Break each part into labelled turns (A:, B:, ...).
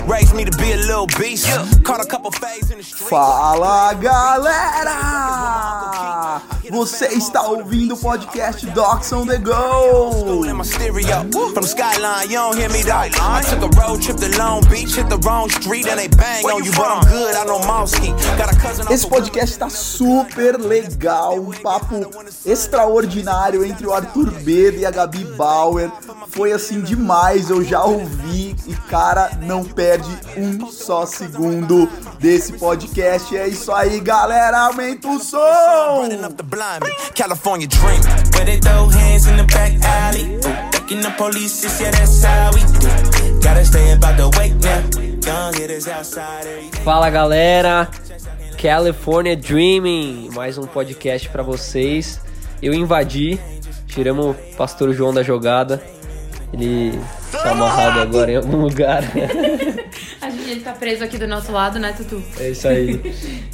A: Fala, galera! Você está ouvindo o podcast Docs on the Go! Esse podcast está super legal, um papo extraordinário entre o Arthur Beda e a Gabi Bauer. Foi assim demais, eu já ouvi e cara, não perde um só segundo desse podcast. É isso aí, galera, aumenta o som!
B: Fala, galera, California Dreaming, mais um podcast pra vocês. Eu invadi, tiramos o pastor João da jogada. Ele tá amarrado agora em algum lugar.
C: Ele tá preso aqui do nosso lado, né, Tutu?
B: É isso aí.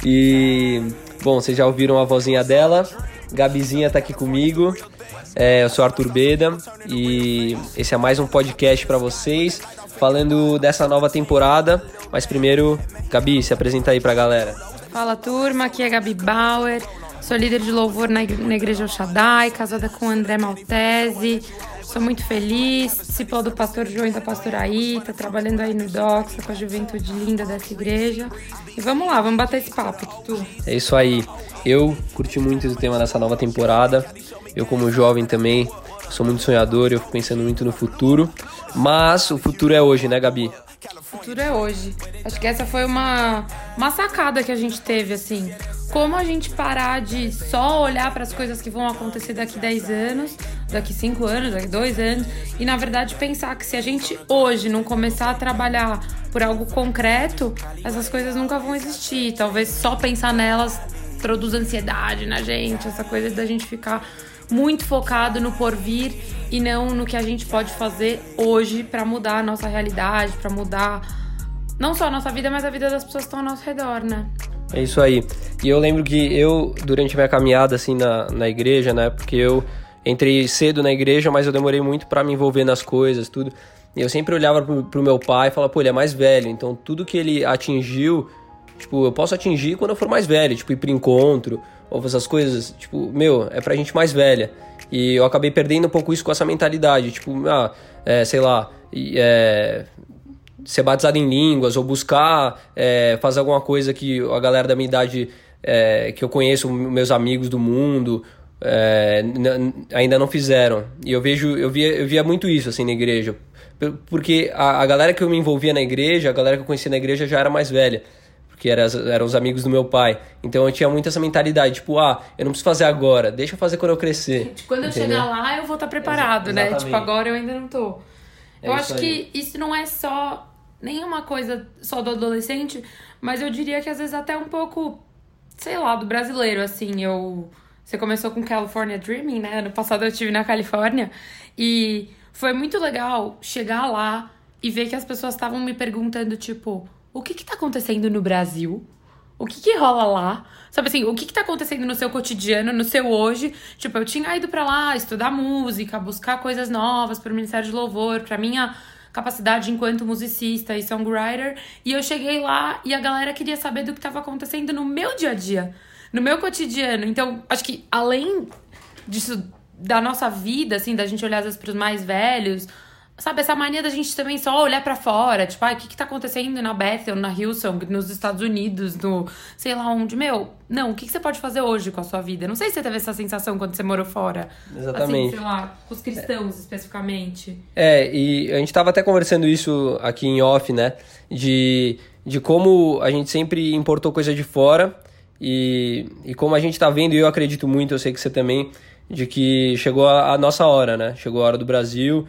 B: E, bom, vocês já ouviram a vozinha dela. Gabizinha tá aqui comigo. Eu sou Arthur Beda e esse é mais um podcast pra vocês, falando dessa nova temporada. Mas primeiro, Gabi, se apresenta aí pra galera.
C: Fala, turma, aqui é a Gabi Bauer. Sou líder de louvor na Igreja El Shaddai, casada com o André Maltese. Sou muito feliz, participou do pastor João e da pastora Aita, trabalhando aí no Doxa com a juventude linda dessa igreja. E vamos lá, vamos bater esse papo, Tutu.
B: É isso aí. Eu curti muito o tema dessa nova temporada. Eu, como jovem também, sou muito sonhador, eu fico pensando muito no futuro. Mas o futuro é hoje, né, Gabi?
C: O futuro é hoje. Acho que essa foi uma sacada que a gente teve, assim. Como a gente parar de só olhar para as coisas que vão acontecer daqui 10 anos, daqui 5 anos, daqui 2 anos, e na verdade pensar que se a gente hoje não começar a trabalhar por algo concreto, essas coisas nunca vão existir. Talvez só pensar nelas produza ansiedade na gente, essa coisa da gente ficar muito focado no porvir e não no que a gente pode fazer hoje para mudar a nossa realidade, para mudar não só a nossa vida, mas a vida das pessoas que estão ao nosso redor, né?
B: É isso aí. E eu lembro que eu, durante a minha caminhada assim na igreja, né, porque eu entrei cedo na igreja, mas eu demorei muito pra me envolver nas coisas, tudo. E eu sempre olhava pro meu pai e falava, pô, ele é mais velho, então tudo que ele atingiu, tipo, eu posso atingir quando eu for mais velho, tipo, ir pro encontro, ou essas coisas, tipo, é pra gente mais velha. E eu acabei perdendo um pouco isso com essa mentalidade, tipo, sei lá, ser batizado em línguas, ou buscar fazer alguma coisa que a galera da minha idade, que eu conheço, meus amigos do mundo, ainda não fizeram. E eu via muito isso assim na igreja, porque a galera que eu me envolvia na igreja, a galera que eu conhecia na igreja já era mais velha, porque eram os amigos do meu pai. Então eu tinha muito essa mentalidade, tipo, eu não preciso fazer agora, deixa eu fazer quando eu crescer.
C: Quando eu chegar lá, eu vou estar preparado, né? Tipo, agora eu ainda não tô. Eu acho que isso não é só nenhuma coisa só do adolescente, mas eu diria que às vezes até um pouco, sei lá, do brasileiro, assim. Você começou com California Dreaming, né? Ano passado eu estive na Califórnia e foi muito legal chegar lá e ver que as pessoas estavam me perguntando, tipo, o que tá acontecendo no Brasil? O que rola lá? Sabe assim, o que tá acontecendo no seu cotidiano, no seu hoje? Tipo, eu tinha ido pra lá estudar música, buscar coisas novas pro Ministério de Louvor, pra minha capacidade enquanto musicista e songwriter. E eu cheguei lá e a galera queria saber do que tava acontecendo no meu dia a dia, no meu cotidiano. Então, acho que além disso, da nossa vida, assim, da gente olhar às vezes pros mais velhos, sabe, essa mania da gente também só olhar pra fora, tipo, o que tá acontecendo na Bethel, na Hillsong, nos Estados Unidos, no sei lá onde, não, o que você pode fazer hoje com a sua vida? Não sei se você teve essa sensação quando você morou fora.
B: Exatamente.
C: Assim, sei lá, com os cristãos especificamente.
B: E a gente tava até conversando isso aqui em off, né, de como a gente sempre importou coisa de fora e como a gente tá vendo, e eu acredito muito, eu sei que você também, de que chegou a nossa hora, né, chegou a hora do Brasil.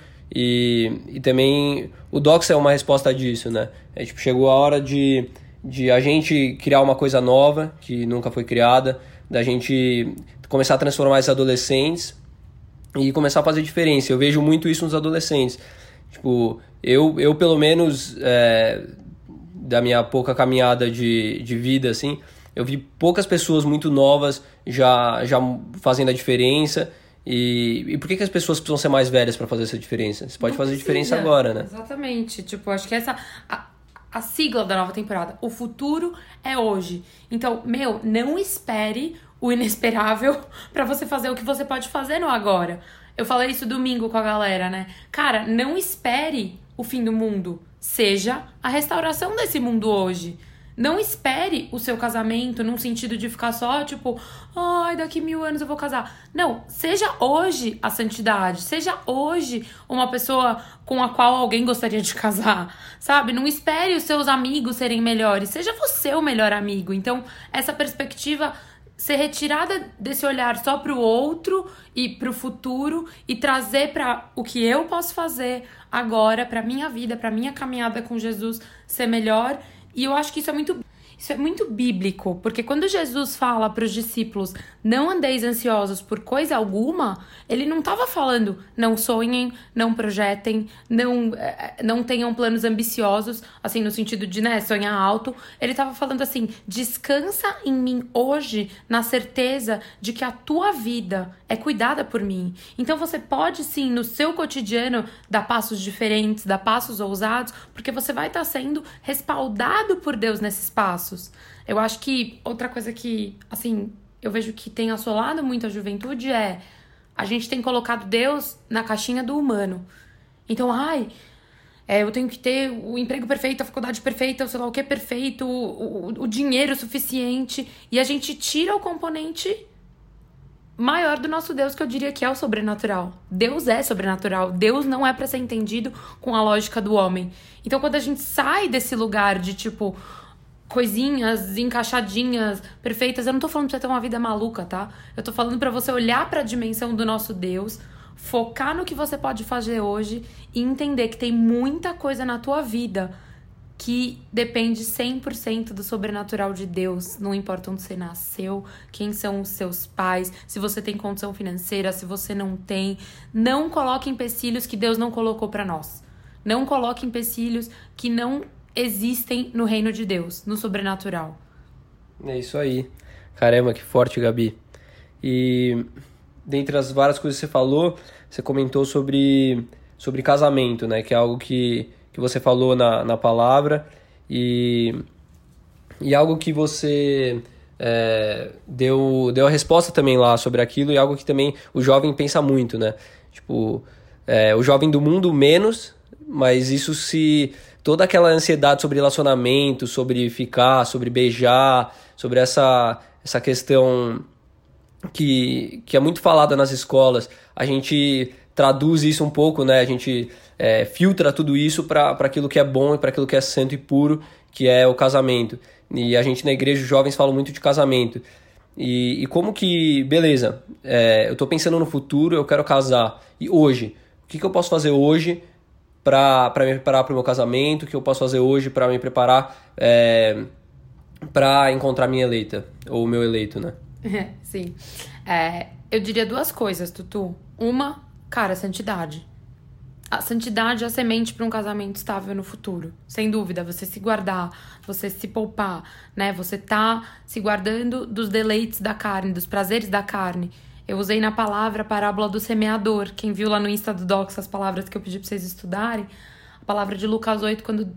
B: E também o Doxa é uma resposta disso, né? Tipo, chegou a hora de a gente criar uma coisa nova que nunca foi criada, da gente começar a transformar esses adolescentes e começar a fazer diferença. Eu vejo muito isso nos adolescentes. Tipo, eu pelo menos, da minha pouca caminhada de vida, assim, eu vi poucas pessoas muito novas já fazendo a diferença. E por que as pessoas precisam ser mais velhas para fazer essa diferença? Você pode fazer diferença agora, né?
C: Exatamente. Tipo, acho que a sigla da nova temporada. O futuro é hoje. Então, não espere o inesperável pra você fazer o que você pode fazer no agora. Eu falei isso domingo com a galera, né? Cara, não espere o fim do mundo. Seja a restauração desse mundo hoje. Não espere o seu casamento num sentido de ficar só, tipo, ai, daqui 1000 anos eu vou casar. Não, seja hoje a santidade. Seja hoje uma pessoa com a qual alguém gostaria de casar, sabe? Não espere os seus amigos serem melhores. Seja você o melhor amigo. Então, essa perspectiva ser retirada desse olhar só pro outro e pro futuro e trazer para o que eu posso fazer agora, pra minha vida, pra minha caminhada com Jesus ser melhor. E eu acho que isso é muito bíblico, porque quando Jesus fala para os discípulos, não andeis ansiosos por coisa alguma, ele não estava falando, não sonhem, não projetem, não tenham planos ambiciosos, assim, no sentido de, sonhar alto. Ele estava falando assim, descansa em mim hoje, na certeza de que a tua vida é cuidada por mim. Então você pode, sim, no seu cotidiano, dar passos diferentes, dar passos ousados, porque você vai estar sendo respaldado por Deus nesses passos. Eu acho que outra coisa que, assim, eu vejo que tem assolado muito a juventude é a gente tem colocado Deus na caixinha do humano. Então, eu tenho que ter o emprego perfeito, a faculdade perfeita, o sei lá o que perfeito, o dinheiro suficiente. E a gente tira o componente maior do nosso Deus, que eu diria que é o sobrenatural. Deus é sobrenatural. Deus não é pra ser entendido com a lógica do homem. Então, quando a gente sai desse lugar de, tipo, coisinhas encaixadinhas, perfeitas, eu não tô falando pra você ter uma vida maluca, tá? Eu tô falando pra você olhar pra dimensão do nosso Deus, focar no que você pode fazer hoje e entender que tem muita coisa na tua vida que depende 100% do sobrenatural de Deus. Não importa onde você nasceu, quem são os seus pais, se você tem condição financeira, se você não tem. Não coloque empecilhos que Deus não colocou pra nós. Não coloque empecilhos que não existem no reino de Deus, no sobrenatural.
B: É isso aí. Caramba, que forte, Gabi. E dentre as várias coisas que você falou, você comentou sobre casamento, né? Que é algo que você falou na palavra e algo que você deu a resposta também lá sobre aquilo, e algo que também o jovem pensa muito, né? Tipo, o jovem do mundo menos, mas isso se... Toda aquela ansiedade sobre relacionamento, sobre ficar, sobre beijar, sobre essa questão que é muito falada nas escolas, a gente traduz isso um pouco, né? A gente filtra tudo isso para aquilo que é bom e para aquilo que é santo e puro, que é o casamento. E a gente na igreja, os jovens falam muito de casamento. E como que, beleza, eu tô pensando no futuro, eu quero casar. E hoje, o que eu posso fazer hoje para me preparar para o meu casamento? O que eu posso fazer hoje para me preparar para encontrar minha eleita, ou o meu eleito, né?
C: Sim. Eu diria 2 coisas, Tutu. Uma, cara, santidade. A santidade é a semente para um casamento estável no futuro. Sem dúvida, você se guardar, você se poupar, né? Você tá se guardando dos deleites da carne, dos prazeres da carne. Eu usei na palavra a parábola do semeador. Quem viu lá no Insta do Docs as palavras que eu pedi para vocês estudarem, a palavra de Lucas 8, quando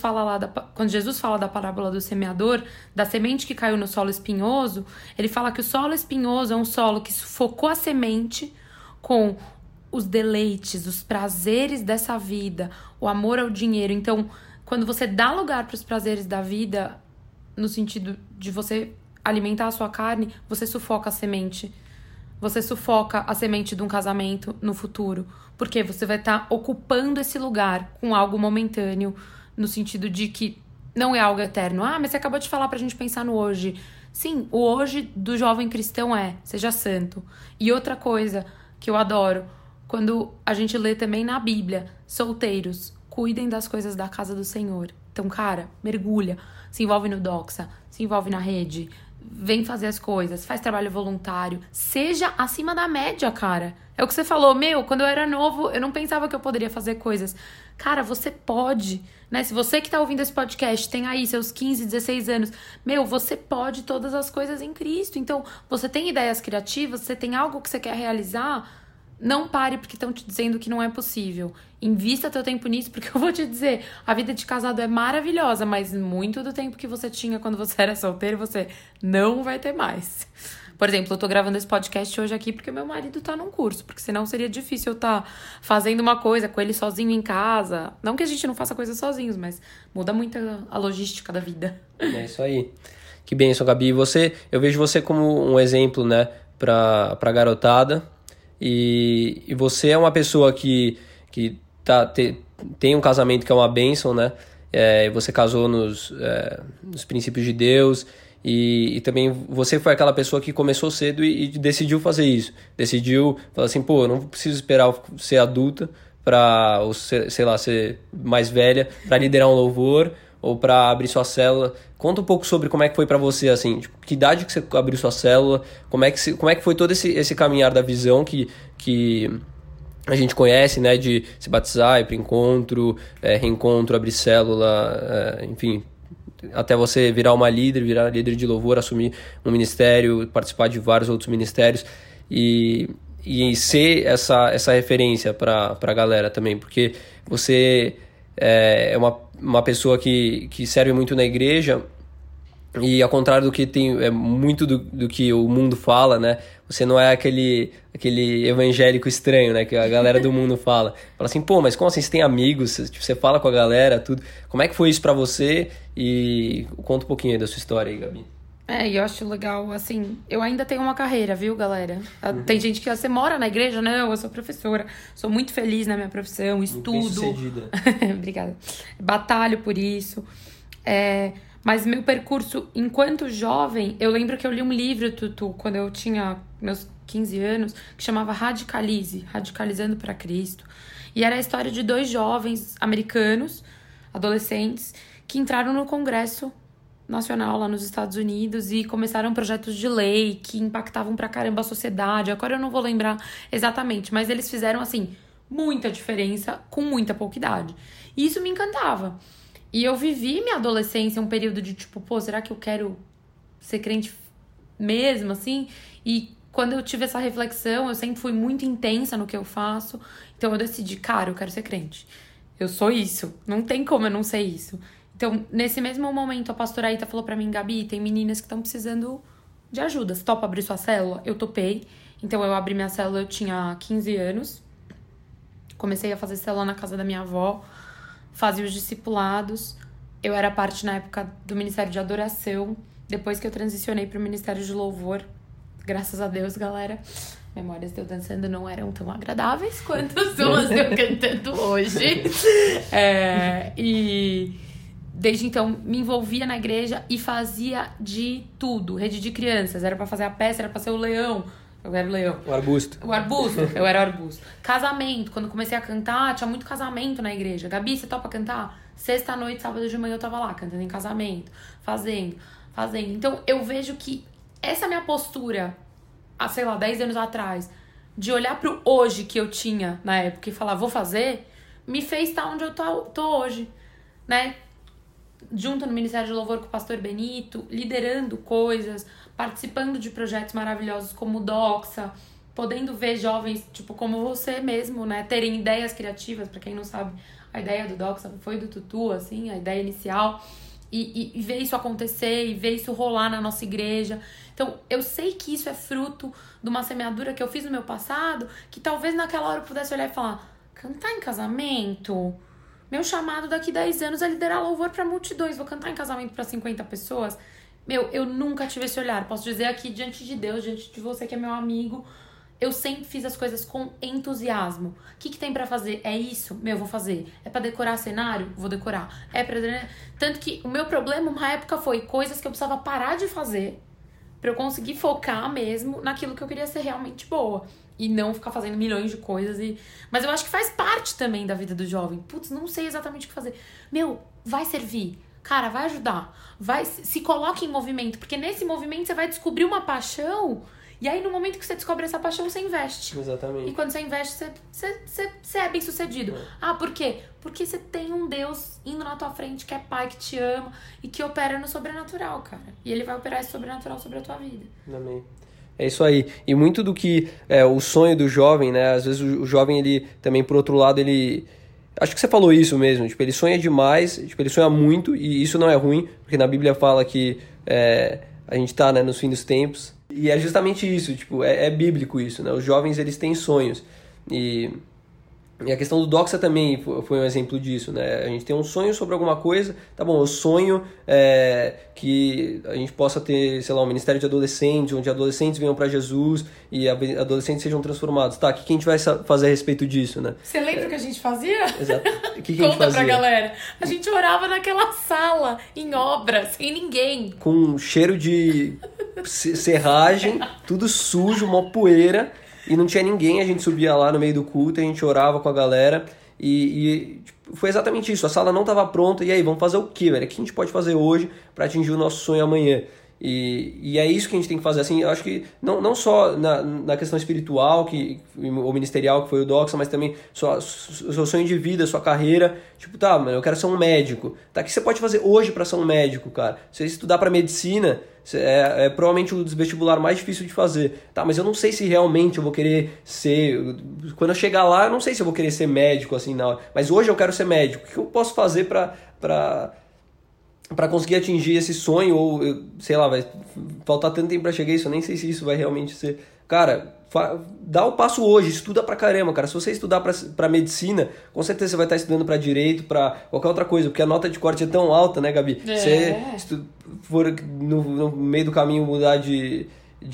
C: Jesus fala da parábola do semeador, da semente que caiu no solo espinhoso, ele fala que o solo espinhoso é um solo que sufocou a semente com os deleites, os prazeres dessa vida, o amor ao dinheiro. Então, quando você dá lugar para os prazeres da vida, no sentido de você alimentar a sua carne, você sufoca a semente. Você sufoca a semente de um casamento no futuro. Porque você vai estar ocupando esse lugar com algo momentâneo, no sentido de que não é algo eterno. Mas você acabou de falar pra gente pensar no hoje. Sim, o hoje do jovem cristão seja santo. E outra coisa que eu adoro, quando a gente lê também na Bíblia, solteiros, cuidem das coisas da casa do Senhor. Então, cara, mergulha, se envolve no Doxa, se envolve na rede, vem fazer as coisas, faz trabalho voluntário, seja acima da média, cara. É o que você falou, quando eu era novo, eu não pensava que eu poderia fazer coisas. Cara, você pode, né? Se você que tá ouvindo esse podcast tem aí seus 15, 16 anos, você pode todas as coisas em Cristo. Então, você tem ideias criativas, você tem algo que você quer realizar, não pare porque estão te dizendo que não é possível. Invista teu tempo nisso, porque eu vou te dizer, a vida de casado é maravilhosa, mas muito do tempo que você tinha quando você era solteiro, você não vai ter mais. Por exemplo, eu tô gravando esse podcast hoje aqui porque meu marido tá num curso, porque senão seria difícil eu estar fazendo uma coisa com ele sozinho em casa. Não que a gente não faça coisas sozinhos, mas muda muito a logística da vida.
B: É isso aí. Que bênção, Gabi. Eu vejo você como um exemplo, né, pra garotada. E você é uma pessoa que tem um casamento que é uma bênção, né? Você casou nos princípios de Deus. E também você foi aquela pessoa que começou cedo e decidiu fazer isso. Decidiu falar assim, pô, eu não preciso esperar ser adulta ou sei lá, ser mais velha para liderar um louvor ou para abrir sua célula. Conta um pouco sobre como é que foi para você, assim, tipo, que idade que você abriu sua célula, como é que foi todo esse caminhar da visão que a gente conhece, né, de se batizar, ir para encontro, reencontro, abrir célula, enfim, até você virar líder de louvor, assumir um ministério, participar de vários outros ministérios e ser essa referência para a galera também, porque você é uma pessoa que serve muito na igreja e ao contrário do que muito do que o mundo fala, né? Você não é aquele evangélico estranho, né? Que a galera do mundo fala. Fala assim, pô, mas como assim? Você tem amigos? Você fala com a galera, tudo. Como é que foi isso pra você? E conta um pouquinho aí da sua história aí, Gabi.
C: E eu acho legal, assim, eu ainda tenho uma carreira, viu, galera? Tem gente que, você mora na igreja? Não, eu sou professora, sou muito feliz na minha profissão, estudo.
B: Bem-sucedida.
C: Obrigada. Batalho por isso. Mas meu percurso enquanto jovem, eu lembro que eu li um livro, Tutu, quando eu tinha meus 15 anos, que chamava Radicalize, Radicalizando para Cristo. E era a história de 2 jovens americanos, adolescentes, que entraram no Congresso Nacional lá nos Estados Unidos e começaram projetos de lei que impactavam pra caramba a sociedade. Agora eu não vou lembrar exatamente, mas eles fizeram, assim, muita diferença com muita pouca idade. E isso me encantava. E eu vivi minha adolescência um período de tipo, pô, será que eu quero ser crente mesmo, assim? E quando eu tive essa reflexão, eu sempre fui muito intensa no que eu faço. Então eu decidi, cara, eu quero ser crente. Eu sou isso. Não tem como eu não ser isso. Então, nesse mesmo momento, a pastora Aita falou pra mim, Gabi, tem meninas que estão precisando de ajuda. Você topa abrir sua célula? Eu topei. Então, eu abri minha célula, eu tinha 15 anos. Comecei a fazer célula na casa da minha avó. Fazia os discipulados. Eu era parte, na época, do Ministério de Adoração. Depois que eu transicionei pro Ministério de Louvor. Graças a Deus, galera. Memórias de eu dançando não eram tão agradáveis quanto as suas eu cantando hoje. Desde então, me envolvia na igreja e fazia de tudo. Rede de crianças. Era pra fazer a peça, era pra ser o leão. Eu era o leão.
B: O arbusto.
C: Eu era o arbusto. Casamento. Quando comecei a cantar, tinha muito casamento na igreja. Gabi, você topa cantar? Sexta-noite, sábado de manhã, eu tava lá, cantando em casamento. Fazendo. Então, eu vejo que essa minha postura, há, sei lá, 10 anos atrás, de olhar pro hoje que eu tinha na época e falar, vou fazer, me fez estar onde eu tô hoje, né? Junto no Ministério de Louvor com o pastor Benito, liderando coisas, participando de projetos maravilhosos como o Doxa, podendo ver jovens, tipo, como você mesmo, né, terem ideias criativas. Pra quem não sabe, a ideia do Doxa foi do Tutu, assim, a ideia inicial, e ver isso acontecer, e ver isso rolar na nossa igreja. Então, eu sei que isso é fruto de uma semeadura que eu fiz no meu passado, que talvez naquela hora eu pudesse olhar e falar, cantar em casamento? Meu chamado daqui 10 anos é liderar louvor pra multidões. Vou cantar em casamento pra 50 pessoas? Eu nunca tive esse olhar. Posso dizer aqui diante de Deus, diante de você que é meu amigo, eu sempre fiz as coisas com entusiasmo. O que tem pra fazer? É isso? Eu vou fazer. É pra decorar cenário? Vou decorar. Tanto que o meu problema, uma época, foi coisas que eu precisava parar de fazer pra eu conseguir focar mesmo naquilo que eu queria ser realmente boa. E não ficar fazendo milhões de coisas. Mas eu acho que faz parte também da vida do jovem. Putz, não sei exatamente o que fazer. Vai servir. Cara, vai ajudar. Se coloque em movimento. Porque nesse movimento você vai descobrir uma paixão. E aí no momento que você descobre essa paixão, você investe.
B: Exatamente.
C: E quando você investe, você é bem sucedido. Por quê? Porque você tem um Deus indo na tua frente, que é pai, que te ama. E que opera no sobrenatural, cara. E ele vai operar esse sobrenatural sobre a tua vida.
B: Amém. É isso aí. E muito do que o sonho do jovem, né? Às vezes o jovem, ele também, por outro lado, ele... Acho que você falou isso mesmo. Tipo, ele sonha demais, tipo, ele sonha muito, e isso não é ruim, porque na Bíblia fala que a gente tá, né, nos fins dos tempos. E é justamente isso, tipo, é bíblico isso, né? Os jovens, eles têm sonhos. E a questão do Doxa também foi um exemplo disso, né? A gente tem um sonho sobre alguma coisa, tá bom, eu sonho que a gente possa ter, sei lá, um ministério de adolescentes, onde adolescentes venham para Jesus e adolescentes sejam transformados. Tá, o que a gente vai fazer a respeito disso, né?
C: Você lembra o que a gente fazia?
B: Exato. O que a gente
C: Conta
B: fazia?
C: pra galera. A gente orava naquela sala, em obra, sem ninguém.
B: Com cheiro de serragem, tudo sujo, uma poeira... E não tinha ninguém, a gente subia lá no meio do culto, a gente orava com a galera e foi exatamente isso, a sala não estava pronta, e aí, vamos fazer o quê, velho? O que a gente pode fazer hoje para atingir o nosso sonho amanhã? E é isso que a gente tem que fazer, assim, eu acho que não só na questão espiritual ou ministerial, que foi o Doxa, mas também o seu sonho de vida, sua carreira, tipo, tá, mano, eu quero ser um médico, tá, o que você pode fazer hoje para ser um médico, cara? Se você estudar para medicina, é provavelmente o vestibular mais difícil de fazer, tá, mas eu não sei se realmente eu vou querer ser, quando eu chegar lá, eu não sei se eu vou querer ser médico, assim, na hora, mas hoje eu quero ser médico, o que eu posso fazer para conseguir atingir esse sonho, ou, sei lá, vai faltar tanto tempo pra chegar isso, eu nem sei se isso vai realmente ser... Cara, dá o passo hoje, estuda pra caramba, cara. Se você estudar pra medicina, com certeza você vai estar estudando pra direito, pra qualquer outra coisa, porque a nota de corte é tão alta, né, Gabi? Se for no meio do caminho mudar de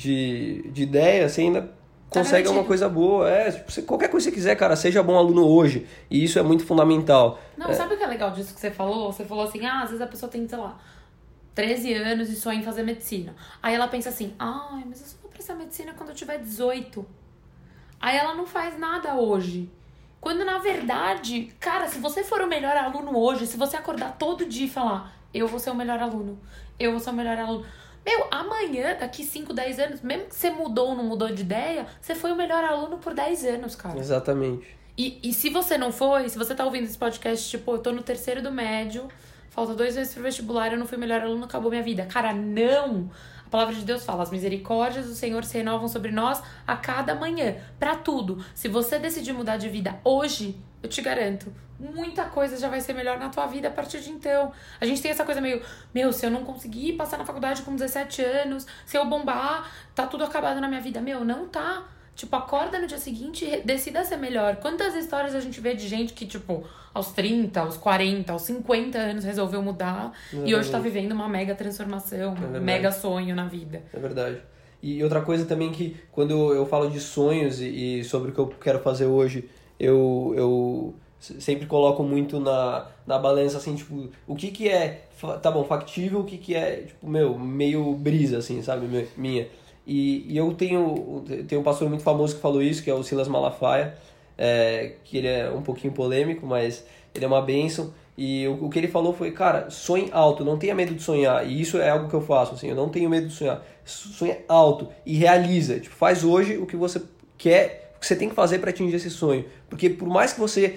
B: ideia, você ainda... consegue alguma coisa boa, qualquer coisa que você quiser, cara, seja bom aluno hoje, e isso é muito fundamental.
C: Não, sabe o que é legal disso que você falou? Você falou assim, às vezes a pessoa tem, sei lá, 13 anos e sonha em fazer medicina. Aí ela pensa assim, mas eu só vou prestar medicina quando eu tiver 18. Aí ela não faz nada hoje. Quando, na verdade, cara, se você for o melhor aluno hoje, se você acordar todo dia e falar, eu vou ser o melhor aluno, eu vou ser o melhor aluno... Meu, amanhã, daqui 5, 10 anos, mesmo que você mudou ou não mudou de ideia, você foi o melhor aluno por 10 anos, cara.
B: Exatamente.
C: E se você não foi, se você tá ouvindo esse podcast, tipo, eu tô no 3º do médio, falta 2 meses pro vestibular, eu não fui o melhor aluno, acabou minha vida. Cara, não! A palavra de Deus fala, as misericórdias do Senhor se renovam sobre nós a cada manhã, pra tudo. Se você decidir mudar de vida hoje, eu te garanto, muita coisa já vai ser melhor na tua vida a partir de então. A gente tem essa coisa meio, se eu não conseguir passar na faculdade com 17 anos, se eu bombar, tá tudo acabado na minha vida. Não tá. Tipo, acorda no dia seguinte e decida ser melhor. Quantas histórias a gente vê de gente que, tipo, aos 30, aos 40, aos 50 anos resolveu mudar e hoje tá vivendo uma mega transformação, um mega sonho na vida.
B: É verdade. E outra coisa também que, quando eu falo de sonhos e sobre o que eu quero fazer hoje, eu sempre coloco muito na balança, assim, tipo, o que é, tá bom, factível, o que é, tipo, meio brisa, assim, sabe, minha. E eu tenho um pastor muito famoso que falou isso, que é o Silas Malafaia, que ele é um pouquinho polêmico, mas ele é uma bênção. E o que ele falou foi, cara, sonhe alto, não tenha medo de sonhar. E isso é algo que eu faço, assim, eu não tenho medo de sonhar. Sonha alto e realiza. Tipo, faz hoje o que você quer, o que você tem que fazer para atingir esse sonho. Porque por mais que você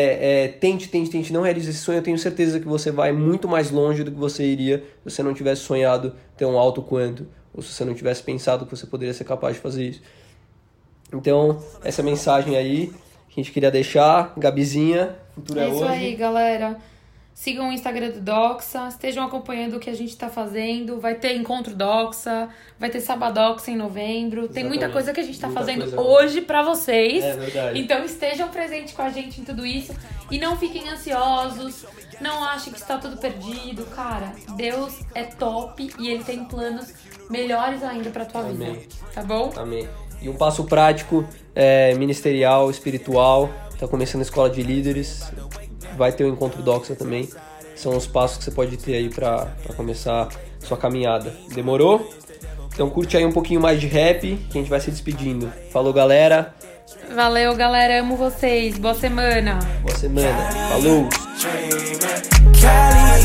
B: tente, não realize esse sonho, eu tenho certeza que você vai muito mais longe do que você iria se você não tivesse sonhado tão alto quanto. Ou se você não tivesse pensado que você poderia ser capaz de fazer isso. Então, essa mensagem aí que a gente queria deixar. Gabizinha, futuro é hoje.
C: É isso aí, galera. Sigam o Instagram do Doxa, estejam acompanhando o que a gente tá fazendo. Vai ter Encontro Doxa, vai ter Sabadoxa em novembro. Exatamente. Tem muita coisa que a gente tá fazendo hoje pra vocês.
B: É verdade.
C: Então estejam presentes com a gente em tudo isso. E não fiquem ansiosos, não achem que está tudo perdido. Cara, Deus é top e Ele tem planos melhores ainda pra tua vida. Tá bom?
B: Amém. E um passo prático, ministerial, espiritual. Tá começando a escola de líderes. Vai ter o Encontro Doxa também. São os passos que você pode ter aí pra começar sua caminhada. Demorou? Então curte aí um pouquinho mais de rap, que a gente vai se despedindo. Falou, galera.
C: Valeu, galera. Amo vocês. Boa semana.
B: Boa semana. Falou.